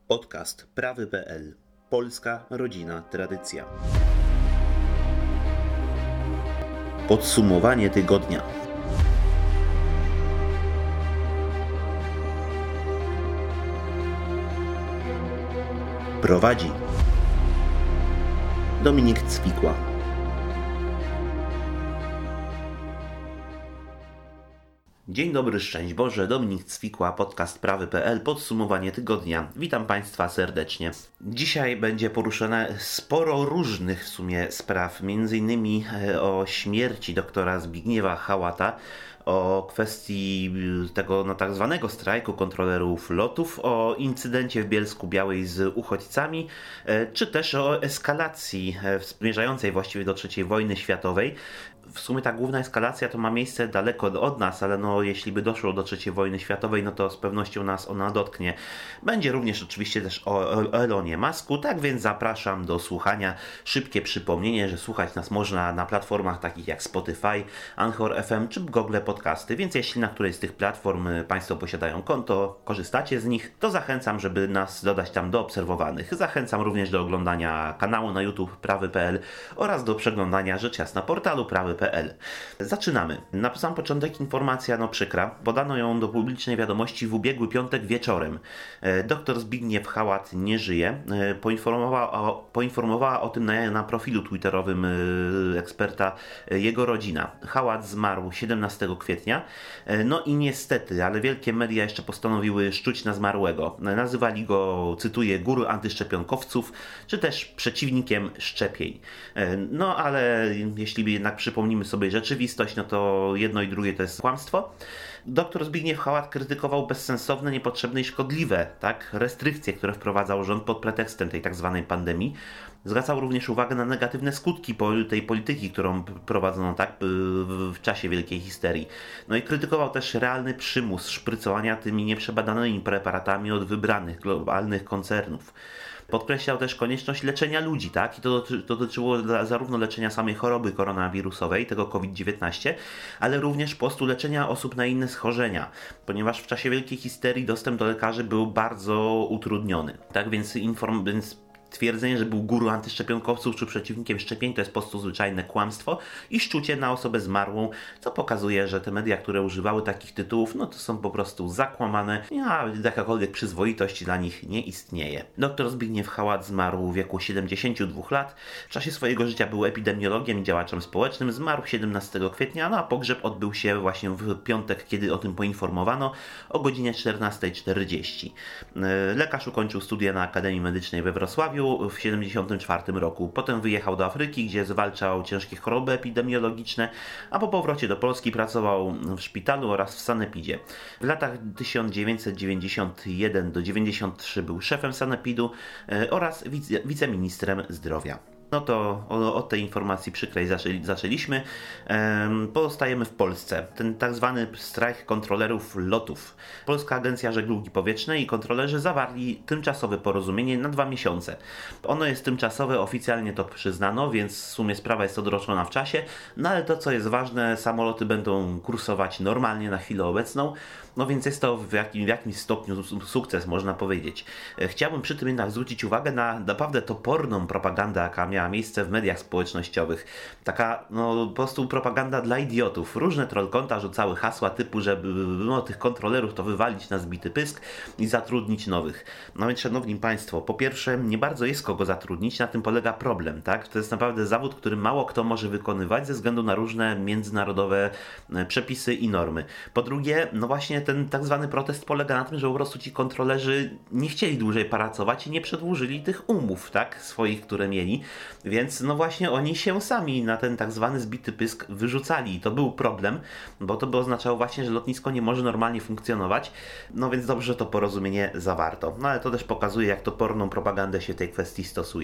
Podcast prawy.pl. Polska rodzina tradycja. Podsumowanie tygodnia. Prowadzi Dominik Cwikła. Dzień dobry, szczęść Boże, Dominik Cwikła, podcast prawy.pl, podsumowanie tygodnia. Witam Państwa serdecznie. Dzisiaj będzie poruszone sporo różnych w sumie spraw, m.in. o śmierci doktora Zbigniewa Hałata, o kwestii tego tak zwanego strajku kontrolerów lotów, o incydencie w Bielsku-Białej z uchodźcami, czy też o eskalacji zmierzającej właściwie do III wojny światowej. W sumie ta główna eskalacja to ma miejsce daleko od nas, ale jeśli by doszło do III wojny światowej, to z pewnością nas ona dotknie. Będzie również oczywiście też o Elonie Musku, tak więc zapraszam do słuchania. Szybkie przypomnienie, że słuchać nas można na platformach takich jak Spotify, Anchor FM czy Google Podcasty, więc jeśli na którejś z tych platform Państwo posiadają konto, korzystacie z nich, to zachęcam, żeby nas dodać tam do obserwowanych. Zachęcam również do oglądania kanału na YouTube prawy.pl oraz do przeglądania rzecz jasna portalu prawy.pl. Zaczynamy. Na sam początek informacja przykra. Podano ją do publicznej wiadomości w ubiegły piątek wieczorem. Dr Zbigniew Hałat nie żyje. Poinformowała o tym na profilu twitterowym eksperta jego rodzina. Hałat zmarł 17 kwietnia. I niestety, ale wielkie media jeszcze postanowiły szczuć na zmarłego. Nazywali go, cytuję, guru antyszczepionkowców, czy też przeciwnikiem szczepień. Ale jeśli jednak przypomnimy sobie rzeczywistość, to jedno i drugie to jest kłamstwo. Dr Zbigniew Hałat krytykował bezsensowne, niepotrzebne i szkodliwe restrykcje, które wprowadzał rząd pod pretekstem tej tak zwanej pandemii. Zwracał również uwagę na negatywne skutki tej polityki, którą prowadzono w czasie wielkiej histerii. I krytykował też realny przymus szprycowania tymi nieprzebadanymi preparatami od wybranych globalnych koncernów. Podkreślał też konieczność leczenia ludzi, i to dotyczyło zarówno leczenia samej choroby koronawirusowej, tego COVID-19, ale również po prostu leczenia osób na inne schorzenia, ponieważ w czasie wielkiej histerii dostęp do lekarzy był bardzo utrudniony. Więc twierdzenie, że był guru antyszczepionkowców czy przeciwnikiem szczepień, to jest po prostu zwyczajne kłamstwo i szczucie na osobę zmarłą, co pokazuje, że te media, które używały takich tytułów, to są po prostu zakłamane, a jakakolwiek przyzwoitość dla nich nie istnieje. Dr Zbigniew Hałat zmarł w wieku 72 lat. W czasie swojego życia był epidemiologiem i działaczem społecznym. Zmarł 17 kwietnia, a pogrzeb odbył się właśnie w piątek, kiedy o tym poinformowano, o godzinie 14:40. Lekarz ukończył studia na Akademii Medycznej we Wrocławiu w 1974 roku. Potem wyjechał do Afryki, gdzie zwalczał ciężkie choroby epidemiologiczne, a po powrocie do Polski pracował w szpitalu oraz w sanepidzie. W latach 1991 do 1993 był szefem sanepidu oraz wiceministrem zdrowia. To od tej informacji przykrej zaczęliśmy. Pozostajemy w Polsce. Ten tak zwany strajk kontrolerów lotów. Polska Agencja Żeglugi Powietrznej i kontrolerzy zawarli tymczasowe porozumienie na 2 miesiące. Ono jest tymczasowe, oficjalnie to przyznano, więc w sumie sprawa jest odroczona w czasie. Ale to, co jest ważne, samoloty będą kursować normalnie na chwilę obecną. Więc jest to w jakimś stopniu sukces, można powiedzieć. Chciałbym przy tym jednak zwrócić uwagę na naprawdę toporną propagandę, jaka miała miejsce w mediach społecznościowych. Taka po prostu propaganda dla idiotów. Różne trollkonta rzucały hasła typu, żeby tych kontrolerów to wywalić na zbity pysk i zatrudnić nowych. Więc szanowni Państwo, po pierwsze, nie bardzo jest kogo zatrudnić, na tym polega problem, To jest naprawdę zawód, który mało kto może wykonywać ze względu na różne międzynarodowe przepisy i normy. Po drugie, właśnie ten tak zwany protest polega na tym, że po prostu ci kontrolerzy nie chcieli dłużej pracować i nie przedłużyli tych umów, swoich, które mieli, więc właśnie oni się sami na ten tak zwany zbity pysk wyrzucali i to był problem, bo to by oznaczało właśnie, że lotnisko nie może normalnie funkcjonować, więc dobrze, że to porozumienie zawarto. Ale to też pokazuje, jak toporną propagandę się tej kwestii stosuje.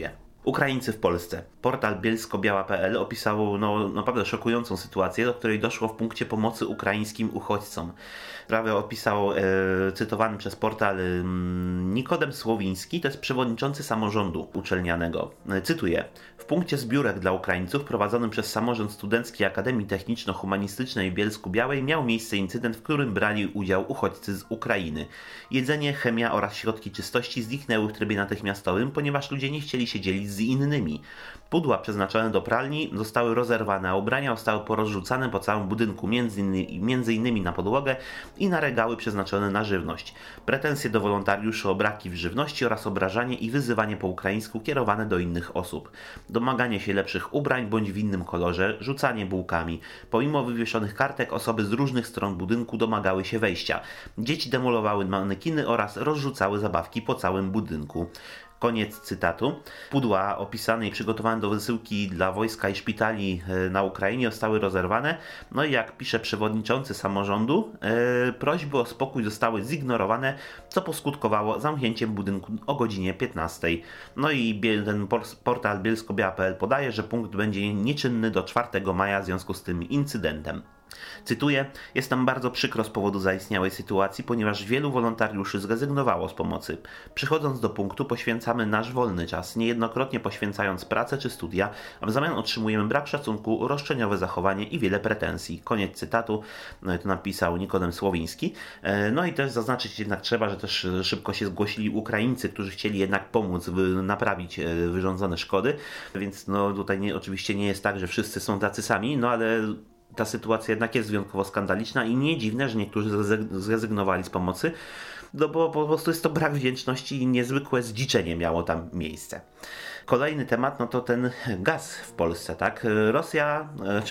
Ukraińcy w Polsce. Portal bielsko-biała.pl opisał naprawdę szokującą sytuację, do której doszło w punkcie pomocy ukraińskim uchodźcom. Sprawę opisał cytowany przez portal Nikodem Słowiński, to jest przewodniczący samorządu uczelnianego. Cytuję. W punkcie zbiórek dla Ukraińców prowadzonym przez samorząd studencki Akademii Techniczno-Humanistycznej w Bielsku-Białej miał miejsce incydent, w którym brali udział uchodźcy z Ukrainy. Jedzenie, chemia oraz środki czystości zniknęły w trybie natychmiastowym, ponieważ ludzie nie chcieli się dzielić z innymi. Pudła przeznaczone do pralni zostały rozerwane, a ubrania zostały porozrzucane po całym budynku, między innymi na podłogę i na regały przeznaczone na żywność. Pretensje do wolontariuszy o braki w żywności oraz obrażanie i wyzywanie po ukraińsku kierowane do innych osób. Domaganie się lepszych ubrań bądź w innym kolorze, rzucanie bułkami. Pomimo wywieszonych kartek osoby z różnych stron budynku domagały się wejścia. Dzieci demolowały manekiny oraz rozrzucały zabawki po całym budynku. Koniec cytatu. Pudła opisane i przygotowane do wysyłki dla wojska i szpitali na Ukrainie zostały rozerwane. No i jak pisze przewodniczący samorządu, prośby o spokój zostały zignorowane, co poskutkowało zamknięciem budynku o godzinie 15. No i ten portal bielsko-biała.pl podaje, że punkt będzie nieczynny do 4 maja w związku z tym incydentem. Cytuję, jest nam bardzo przykro z powodu zaistniałej sytuacji, ponieważ wielu wolontariuszy zrezygnowało z pomocy. Przychodząc do punktu poświęcamy nasz wolny czas, niejednokrotnie poświęcając pracę czy studia, a w zamian otrzymujemy brak szacunku, roszczeniowe zachowanie i wiele pretensji. Koniec cytatu, to napisał Nikodem Słowiński. No i też zaznaczyć jednak trzeba, że też szybko się zgłosili Ukraińcy, którzy chcieli jednak pomóc naprawić wyrządzone szkody, więc tutaj oczywiście nie jest tak, że wszyscy są tacy sami, ale ta sytuacja jednak jest wyjątkowo skandaliczna i nie dziwne, że niektórzy zrezygnowali z pomocy, bo po prostu jest to brak wdzięczności i niezwykłe zdziczenie miało tam miejsce. Kolejny temat, to ten gaz w Polsce, tak? Rosja,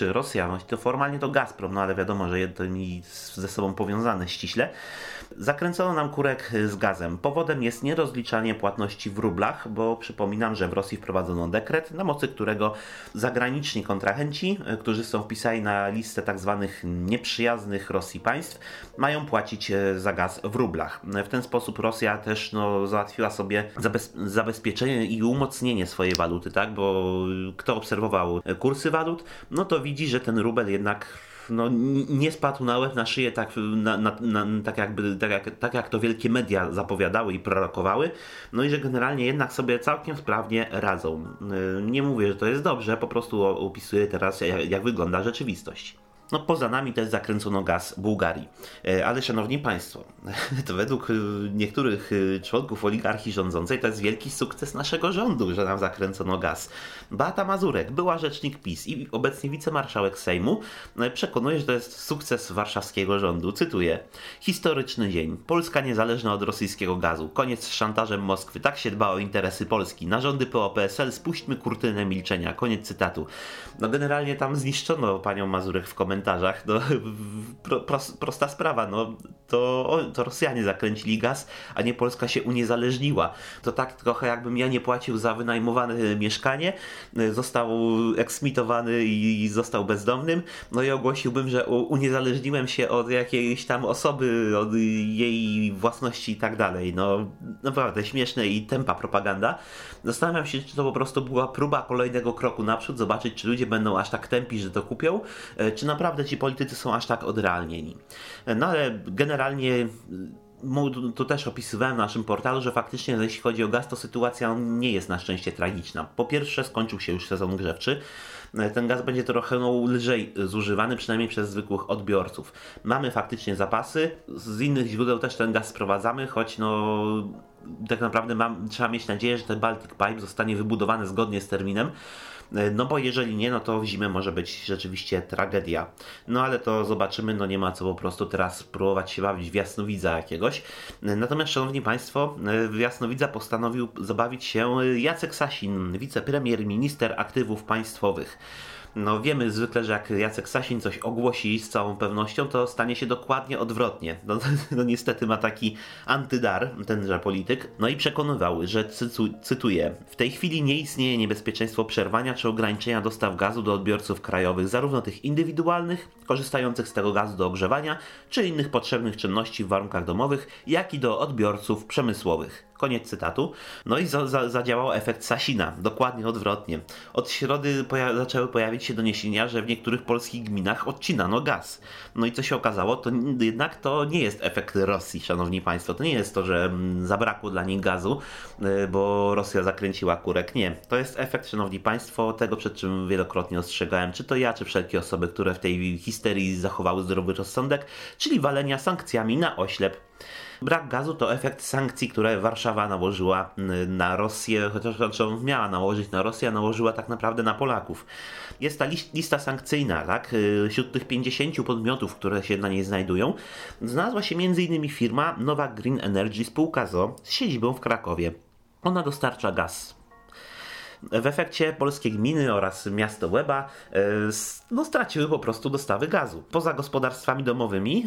to formalnie to Gazprom, ale wiadomo, że jedno ze sobą powiązane ściśle. Zakręcono nam kurek z gazem. Powodem jest nierozliczanie płatności w rublach, bo przypominam, że w Rosji wprowadzono dekret, na mocy którego zagraniczni kontrahenci, którzy są wpisani na listę tzw. nieprzyjaznych Rosji państw, mają płacić za gaz w rublach. W ten sposób Rosja też załatwiła sobie zabezpieczenie i umocnienie swojej waluty, tak? Bo kto obserwował kursy walut, to widzi, że ten rubel jednak nie spadł na łeb, na szyję, tak jak to wielkie media zapowiadały i prorokowały, i że generalnie jednak sobie całkiem sprawnie radzą. Nie mówię, że to jest dobrze, po prostu opisuję teraz, jak wygląda rzeczywistość. Poza nami też zakręcono gaz Bułgarii. Ale szanowni państwo, to według niektórych członków oligarchii rządzącej to jest wielki sukces naszego rządu, że nam zakręcono gaz. Beata Mazurek, była rzecznik PiS i obecnie wicemarszałek Sejmu, przekonuje, że to jest sukces warszawskiego rządu. Cytuję. Historyczny dzień. Polska niezależna od rosyjskiego gazu. Koniec z szantażem Moskwy. Tak się dba o interesy Polski. Na rządy PO-PSL spuśćmy kurtynę milczenia. Koniec cytatu. Generalnie tam zniszczono panią Mazurek w komentarzach. Prosta sprawa, to Rosjanie zakręcili gaz, a nie Polska się uniezależniła. To tak trochę jakbym ja nie płacił za wynajmowane mieszkanie, został eksmitowany i został bezdomnym, i ogłosiłbym, że uniezależniłem się od jakiejś tam osoby, od jej własności i tak dalej. Naprawdę śmieszne i tępa propaganda. Zastanawiam się, czy to po prostu była próba kolejnego kroku naprzód, zobaczyć, czy ludzie będą aż tak tępi, że to kupią, czy naprawdę ci politycy są aż tak odrealnieni. Ale generalnie to też opisywałem w naszym portalu, że faktycznie jeśli chodzi o gaz, to sytuacja nie jest na szczęście tragiczna. Po pierwsze, skończył się już sezon grzewczy. Ten gaz będzie trochę lżej zużywany, przynajmniej przez zwykłych odbiorców. Mamy faktycznie zapasy, z innych źródeł też ten gaz sprowadzamy, choć tak naprawdę trzeba mieć nadzieję, że ten Baltic Pipe zostanie wybudowany zgodnie z terminem, bo jeżeli nie, to w zimę może być rzeczywiście tragedia. Ale to zobaczymy, nie ma co po prostu teraz próbować się bawić w jasnowidza jakiegoś. Natomiast, szanowni państwo, w jasnowidza postanowił zabawić się Jacek Sasin, wicepremier, minister aktywów państwowych. Wiemy zwykle, że jak Jacek Sasin coś ogłosi z całą pewnością, to stanie się dokładnie odwrotnie. Niestety ma taki antydar, tenże polityk. I przekonywał, że, cytuję, w tej chwili nie istnieje niebezpieczeństwo przerwania czy ograniczenia dostaw gazu do odbiorców krajowych, zarówno tych indywidualnych, korzystających z tego gazu do ogrzewania, czy innych potrzebnych czynności w warunkach domowych, jak i do odbiorców przemysłowych. Koniec cytatu. No i zadziałał efekt Sasina. Dokładnie odwrotnie. Od środy zaczęły pojawić się doniesienia, że w niektórych polskich gminach odcinano gaz. No i co się okazało? To jednak to nie jest efekt Rosji, szanowni państwo. To nie jest to, że zabrakło dla nich gazu, bo Rosja zakręciła kurek. Nie. To jest efekt, szanowni państwo, tego, przed czym wielokrotnie ostrzegałem. Czy to ja, czy wszelkie osoby, które w tej histerii zachowały zdrowy rozsądek, czyli walenia sankcjami na oślep. Brak gazu to efekt sankcji, które Warszawa nałożyła na Rosję, chociaż miała nałożyć na Rosję, a nałożyła tak naprawdę na Polaków. Jest ta lista sankcyjna, tak? Wśród tych 50 podmiotów, które się na niej znajdują, znalazła się m.in. firma Nowa Green Energy spółka z siedzibą w Krakowie. Ona dostarcza gaz. W efekcie polskie gminy oraz miasto Łeba straciły po prostu dostawy gazu. Poza gospodarstwami domowymi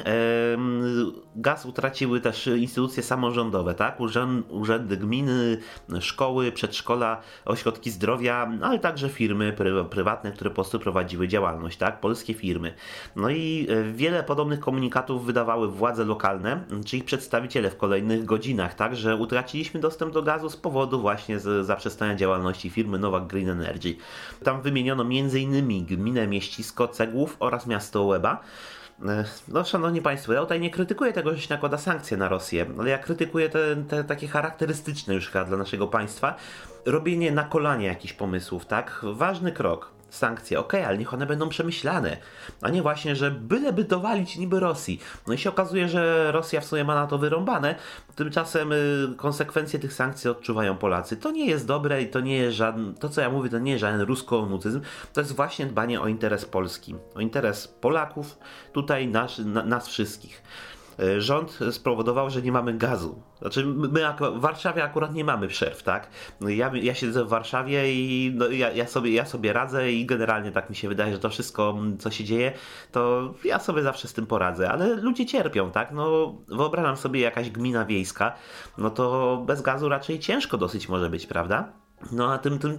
gaz utraciły też instytucje samorządowe, tak? Urzędy gminy, szkoły, przedszkola, ośrodki zdrowia, ale także firmy prywatne, które po prostu prowadziły działalność, tak? Polskie firmy. No i wiele podobnych komunikatów wydawały władze lokalne, czy ich przedstawiciele w kolejnych godzinach, tak? Że utraciliśmy dostęp do gazu z powodu właśnie zaprzestania działalności firmy Nowa Green Energy. Tam wymieniono m.in. gminę Mieścisko, Cegłów oraz miasto Łeba. No, szanowni państwo, ja tutaj nie krytykuję tego, że się nakłada sankcje na Rosję, ale ja krytykuję te takie charakterystyczne już chyba dla naszego państwa robienie na kolanie jakichś pomysłów, tak? Ważny krok. Sankcje, okej, ale niech one będą przemyślane, a nie właśnie, że byleby dowalić niby Rosji. No i się okazuje, że Rosja w sumie ma na to wyrąbane, tymczasem konsekwencje tych sankcji odczuwają Polacy. To nie jest dobre i to nie jest to co ja mówię, to nie jest żaden ruskoonucyzm, to jest właśnie dbanie o interes Polski, o interes Polaków, tutaj nas wszystkich. Rząd spowodował, że nie mamy gazu. Znaczy, my w Warszawie akurat nie mamy przerw, tak? Ja siedzę w Warszawie i ja sobie radzę i generalnie tak mi się wydaje, że to wszystko, co się dzieje, to ja sobie zawsze z tym poradzę, ale ludzie cierpią, tak? No, wyobrażam sobie jakaś gmina wiejska, no to bez gazu raczej ciężko dosyć może być, prawda? No a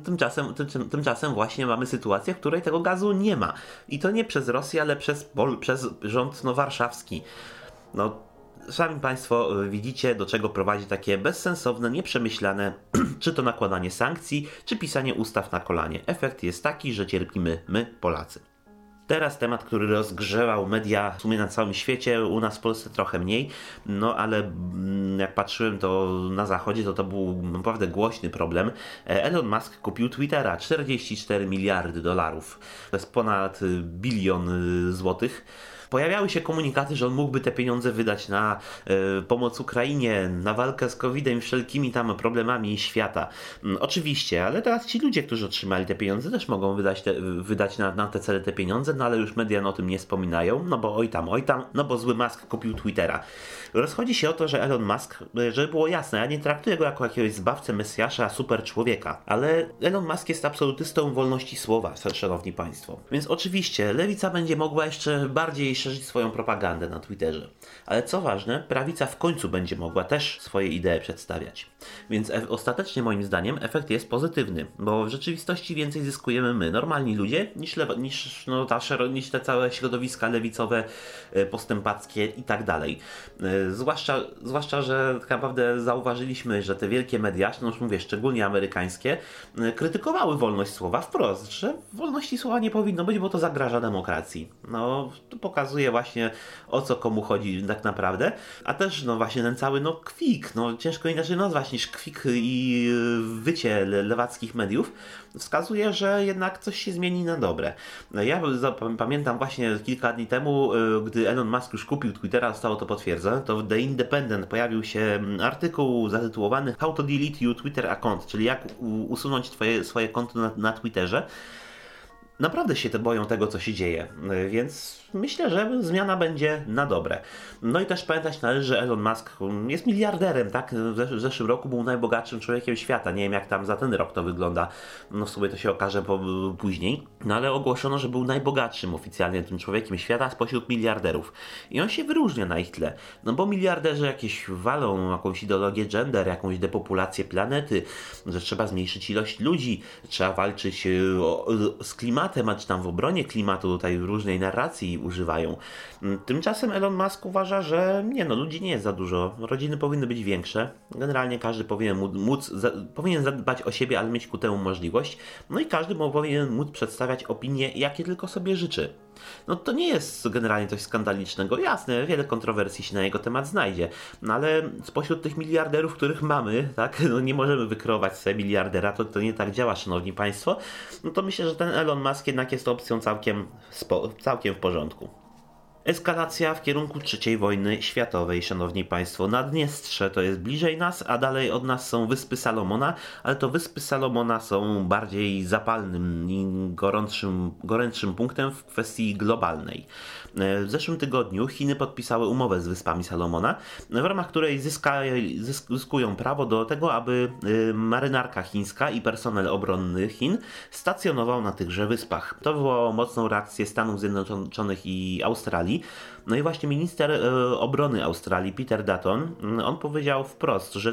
tymczasem właśnie mamy sytuację, w której tego gazu nie ma. I to nie przez Rosję, ale przez rząd warszawski. No, sami państwo widzicie, do czego prowadzi takie bezsensowne, nieprzemyślane, czy to nakładanie sankcji, czy pisanie ustaw na kolanie. Efekt jest taki, że cierpimy my, Polacy. Teraz temat, który rozgrzewał media w sumie na całym świecie, u nas w Polsce trochę mniej, no ale jak patrzyłem to na zachodzie, to był naprawdę głośny problem. Elon Musk kupił Twittera, 44 miliardy dolarów, to jest ponad bilion złotych. Pojawiały się komunikaty, że on mógłby te pieniądze wydać na pomoc Ukrainie, na walkę z COVID-em i wszelkimi tam problemami świata. Oczywiście, ale teraz ci ludzie, którzy otrzymali te pieniądze, też mogą wydać na te cele te pieniądze, no ale już media o tym nie wspominają, no bo oj tam, no bo zły Musk kupił Twittera. Rozchodzi się o to, że Elon Musk, żeby było jasne, ja nie traktuję go jako jakiegoś zbawcę, mesjasza, super człowieka, ale Elon Musk jest absolutystą wolności słowa, szanowni państwo. Więc oczywiście lewica będzie mogła jeszcze bardziej szerzyć swoją propagandę na Twitterze. Ale co ważne, prawica w końcu będzie mogła też swoje idee przedstawiać. Więc ostatecznie moim zdaniem efekt jest pozytywny, bo w rzeczywistości więcej zyskujemy my, normalni ludzie, niż te całe środowiska lewicowe, postępackie i tak dalej. Zwłaszcza, że tak naprawdę zauważyliśmy, że te wielkie media, no już mówię, szczególnie amerykańskie, krytykowały wolność słowa wprost, że wolności słowa nie powinno być, bo to zagraża demokracji. No, to pokazuje właśnie, o co komu chodzi tak naprawdę, a też no właśnie ten cały kwik, ciężko inaczej nazwać niż kwik i wycie lewackich mediów, wskazuje, że jednak coś się zmieni na dobre. Ja pamiętam właśnie kilka dni temu, gdy Elon Musk już kupił Twittera, zostało to potwierdzone, to w The Independent pojawił się artykuł zatytułowany How to delete your Twitter account, czyli jak usunąć swoje konto na Twitterze. Naprawdę się boją tego, co się dzieje, więc myślę, że zmiana będzie na dobre. No i też pamiętać należy, że Elon Musk jest miliarderem, tak? W zeszłym roku był najbogatszym człowiekiem świata. Nie wiem, jak tam za ten rok to wygląda. No w sumie to się okaże później. No ale ogłoszono, że był najbogatszym oficjalnie tym człowiekiem świata spośród miliarderów. I on się wyróżnia na ich tle. No bo miliarderzy jakieś walą jakąś ideologię gender, jakąś depopulację planety, że trzeba zmniejszyć ilość ludzi, trzeba walczyć z klimatem, klimatem, a czy tam w obronie klimatu, tutaj różnej narracji używają. Tymczasem Elon Musk uważa, że ludzi nie jest za dużo, rodziny powinny być większe, generalnie każdy powinien zadbać o siebie, ale mieć ku temu możliwość, no i każdy powinien móc przedstawiać opinie, jakie tylko sobie życzy. No to nie jest generalnie coś skandalicznego. Jasne, wiele kontrowersji się na jego temat znajdzie, no ale spośród tych miliarderów, których mamy, tak, nie możemy wykreować sobie miliardera, to nie tak działa, szanowni państwo, no to myślę, że ten Elon Musk jednak jest opcją całkiem w porządku. Eskalacja w kierunku III wojny światowej, szanowni państwo. Naddniestrze to jest bliżej nas, a dalej od nas są Wyspy Salomona, ale to Wyspy Salomona są bardziej zapalnym i gorętszym punktem w kwestii globalnej. W zeszłym tygodniu Chiny podpisały umowę z Wyspami Salomona, w ramach której zyskują prawo do tego, aby marynarka chińska i personel obronny Chin stacjonował na tychże wyspach. To wywołało mocną reakcję Stanów Zjednoczonych i Australii. No i właśnie minister obrony Australii, Peter Dutton, on powiedział wprost, że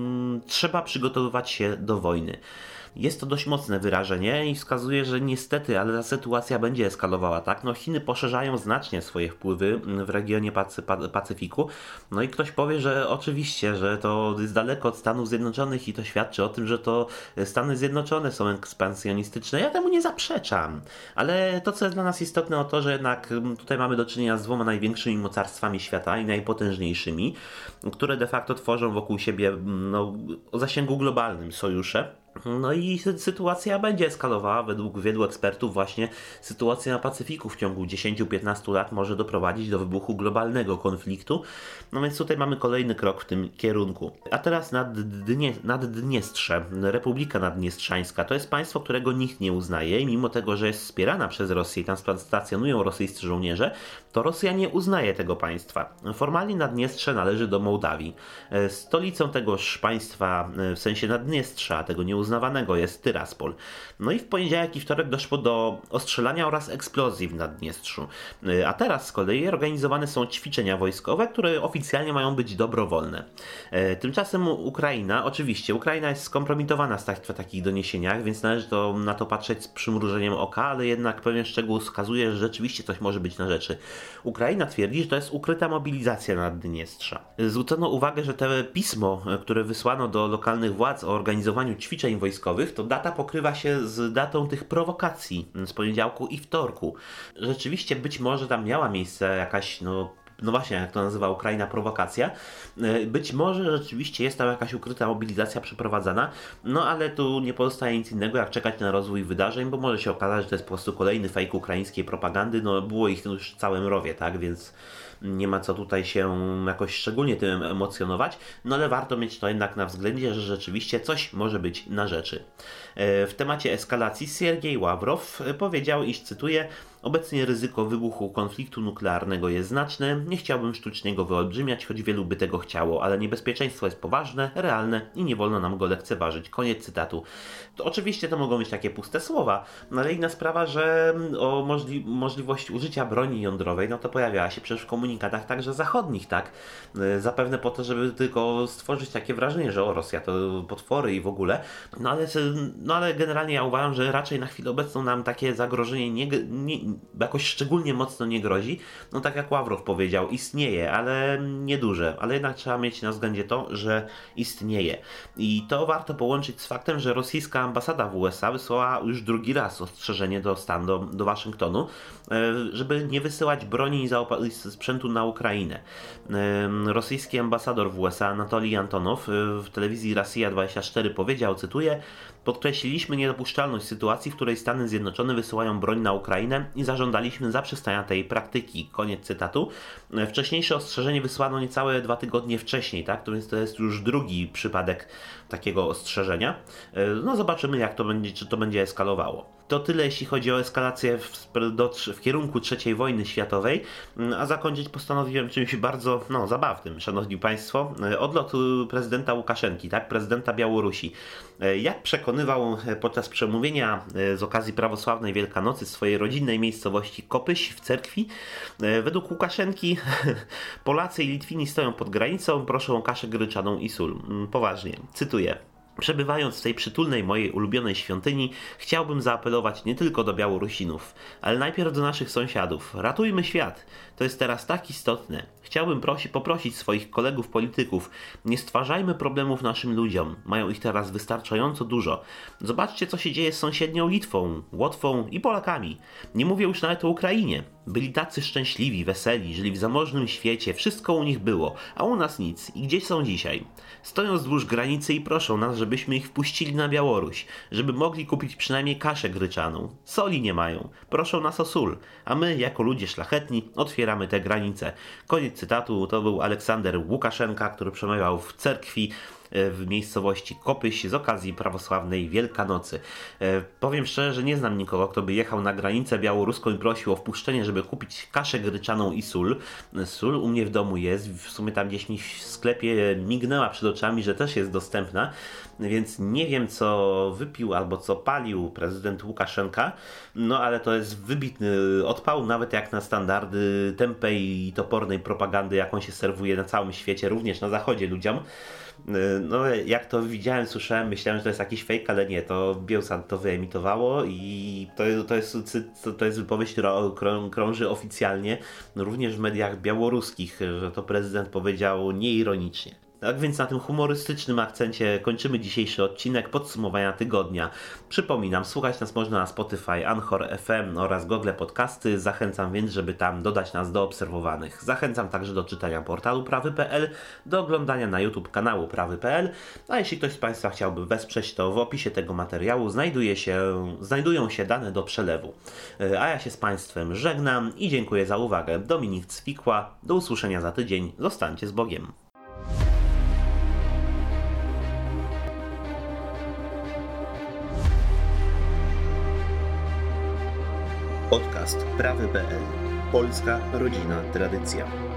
trzeba przygotowywać się do wojny. Jest to dość mocne wyrażenie i wskazuje, że niestety, ale ta sytuacja będzie eskalowała, tak? No Chiny poszerzają znacznie swoje wpływy w regionie Pacyfiku. No i ktoś powie, że oczywiście, że to jest daleko od Stanów Zjednoczonych i to świadczy o tym, że to Stany Zjednoczone są ekspansjonistyczne. Ja temu nie zaprzeczam. Ale to, co jest dla nas istotne, to, że jednak tutaj mamy do czynienia z dwoma największymi mocarstwami świata i najpotężniejszymi, które de facto tworzą wokół siebie o zasięgu globalnym sojusze. No i sytuacja będzie eskalowała. Według wielu ekspertów właśnie sytuacja na Pacyfiku w ciągu 10-15 lat może doprowadzić do wybuchu globalnego konfliktu. No więc tutaj mamy kolejny krok w tym kierunku. A teraz Naddniestrze, Republika Naddniestrzańska, to jest państwo, którego nikt nie uznaje i mimo tego, że jest wspierana przez Rosję i tam stacjonują rosyjscy żołnierze, to Rosja nie uznaje tego państwa. Formalnie Naddniestrze należy do Mołdawii. Stolicą tegoż państwa, w sensie Naddniestrza, tego nieuznawanego, jest Tyraspol. No i w poniedziałek i wtorek doszło do ostrzelania oraz eksplozji w Naddniestrzu. A teraz z kolei organizowane są ćwiczenia wojskowe, które oficjalnie mają być dobrowolne. Tymczasem Ukraina jest skompromitowana w takich doniesieniach, więc należy na to patrzeć z przymrużeniem oka, ale jednak pewien szczegół wskazuje, że rzeczywiście coś może być na rzeczy. Ukraina twierdzi, że to jest ukryta mobilizacja Naddniestrza. Zwrócono uwagę, że te pismo, które wysłano do lokalnych władz o organizowaniu ćwiczeń wojskowych, to data pokrywa się z datą tych prowokacji z poniedziałku i wtorku. Rzeczywiście być może tam miała miejsce jakaś, właśnie jak to nazywa Ukraina, prowokacja. Być może rzeczywiście jest tam jakaś ukryta mobilizacja przeprowadzana, ale tu nie pozostaje nic innego jak czekać na rozwój wydarzeń, bo może się okazać, że to jest po prostu kolejny fake ukraińskiej propagandy, było ich już w całym rowie, tak, więc nie ma co tutaj się jakoś szczególnie tym emocjonować, ale warto mieć to jednak na względzie, że rzeczywiście coś może być na rzeczy. W temacie eskalacji Siergiej Ławrow powiedział, iż cytuję: obecnie ryzyko wybuchu konfliktu nuklearnego jest znaczne, nie chciałbym sztucznie go wyolbrzymiać, choć wielu by tego chciało, ale niebezpieczeństwo jest poważne, realne i nie wolno nam go lekceważyć. Koniec cytatu. To oczywiście to mogą być takie puste słowa, ale inna sprawa, że o możliwość użycia broni jądrowej, to pojawiała się przecież w komunikatach także zachodnich, tak? Zapewne po to, żeby tylko stworzyć takie wrażenie, że Rosja to potwory i w ogóle, ale generalnie ja uważam, że raczej na chwilę obecną nam takie zagrożenie jakoś szczególnie mocno nie grozi. Tak jak Ławrow powiedział, istnieje, ale nieduże. Ale jednak trzeba mieć na względzie to, że istnieje. I to warto połączyć z faktem, że rosyjska ambasada w USA wysłała już drugi raz ostrzeżenie do Waszyngtonu, żeby nie wysyłać broni i sprzętu na Ukrainę. Rosyjski ambasador w USA Anatolij Antonow w telewizji Rosja 24 powiedział, cytuję: podkreśliliśmy niedopuszczalność sytuacji, w której Stany Zjednoczone wysyłają broń na Ukrainę i zażądaliśmy zaprzestania tej praktyki. Koniec cytatu. Wcześniejsze ostrzeżenie wysłano niecałe 2 tygodnie wcześniej, tak? To jest już drugi przypadek takiego ostrzeżenia. Zobaczymy, jak to będzie, czy to będzie eskalowało. To tyle, jeśli chodzi o eskalację w kierunku III wojny światowej, a zakończyć postanowiłem czymś bardzo zabawnym, szanowni państwo. Odlot prezydenta Łukaszenki, tak? Prezydenta Białorusi. Jak przekonywał podczas przemówienia z okazji prawosławnej Wielkanocy w swojej rodzinnej miejscowości Kopyś w cerkwi, według Łukaszenki Polacy i Litwini stoją pod granicą, proszą o kaszę gryczaną i sól. Poważnie, cytuję. Przebywając w tej przytulnej mojej ulubionej świątyni, chciałbym zaapelować nie tylko do Białorusinów, ale najpierw do naszych sąsiadów. Ratujmy świat. To jest teraz tak istotne. Chciałbym poprosić swoich kolegów polityków, nie stwarzajmy problemów naszym ludziom. Mają ich teraz wystarczająco dużo. Zobaczcie, co się dzieje z sąsiednią Litwą, Łotwą i Polakami. Nie mówię już nawet o Ukrainie. Byli tacy szczęśliwi, weseli, żyli w zamożnym świecie, wszystko u nich było, a u nas nic. I gdzie są dzisiaj? Stoją wzdłuż granicy i proszą nas, żebyśmy ich wpuścili na Białoruś, żeby mogli kupić przynajmniej kaszę gryczaną. Soli nie mają, proszą nas o sól, a my, jako ludzie szlachetni, otwieramy te granice. Koniec cytatu, to był Aleksander Łukaszenka, który przemawiał w cerkwi w miejscowości Kopyś z okazji prawosławnej Wielkanocy. Powiem szczerze, że nie znam nikogo, kto by jechał na granicę białoruską i prosił o wpuszczenie, żeby kupić kaszę gryczaną i sól. Sól u mnie w domu jest, w sumie tam gdzieś mi w sklepie mignęła przed oczami, że też jest dostępna, więc nie wiem, co wypił albo co palił prezydent Łukaszenka, no ale to jest wybitny odpał, nawet jak na standardy tępej i topornej propagandy, jaką się serwuje na całym świecie, również na zachodzie ludziom. No jak to widziałem, słyszałem, myślałem, że to jest jakiś fake, ale nie, to Biełsat to wyemitowało i to jest wypowiedź, która krąży oficjalnie również w mediach białoruskich, że to prezydent powiedział nieironicznie. Tak więc na tym humorystycznym akcencie kończymy dzisiejszy odcinek podsumowania tygodnia. Przypominam, słuchać nas można na Spotify, Anchor FM oraz Google Podcasty. Zachęcam więc, żeby tam dodać nas do obserwowanych. Zachęcam także do czytania portalu prawy.pl, do oglądania na YouTube kanału prawy.pl, a jeśli ktoś z Państwa chciałby wesprzeć, to w opisie tego materiału znajdują się dane do przelewu. A ja się z Państwem żegnam i dziękuję za uwagę. Dominik Cwikła, do usłyszenia za tydzień. Zostańcie z Bogiem. Podcast prawy.pl. Polska rodzina tradycja.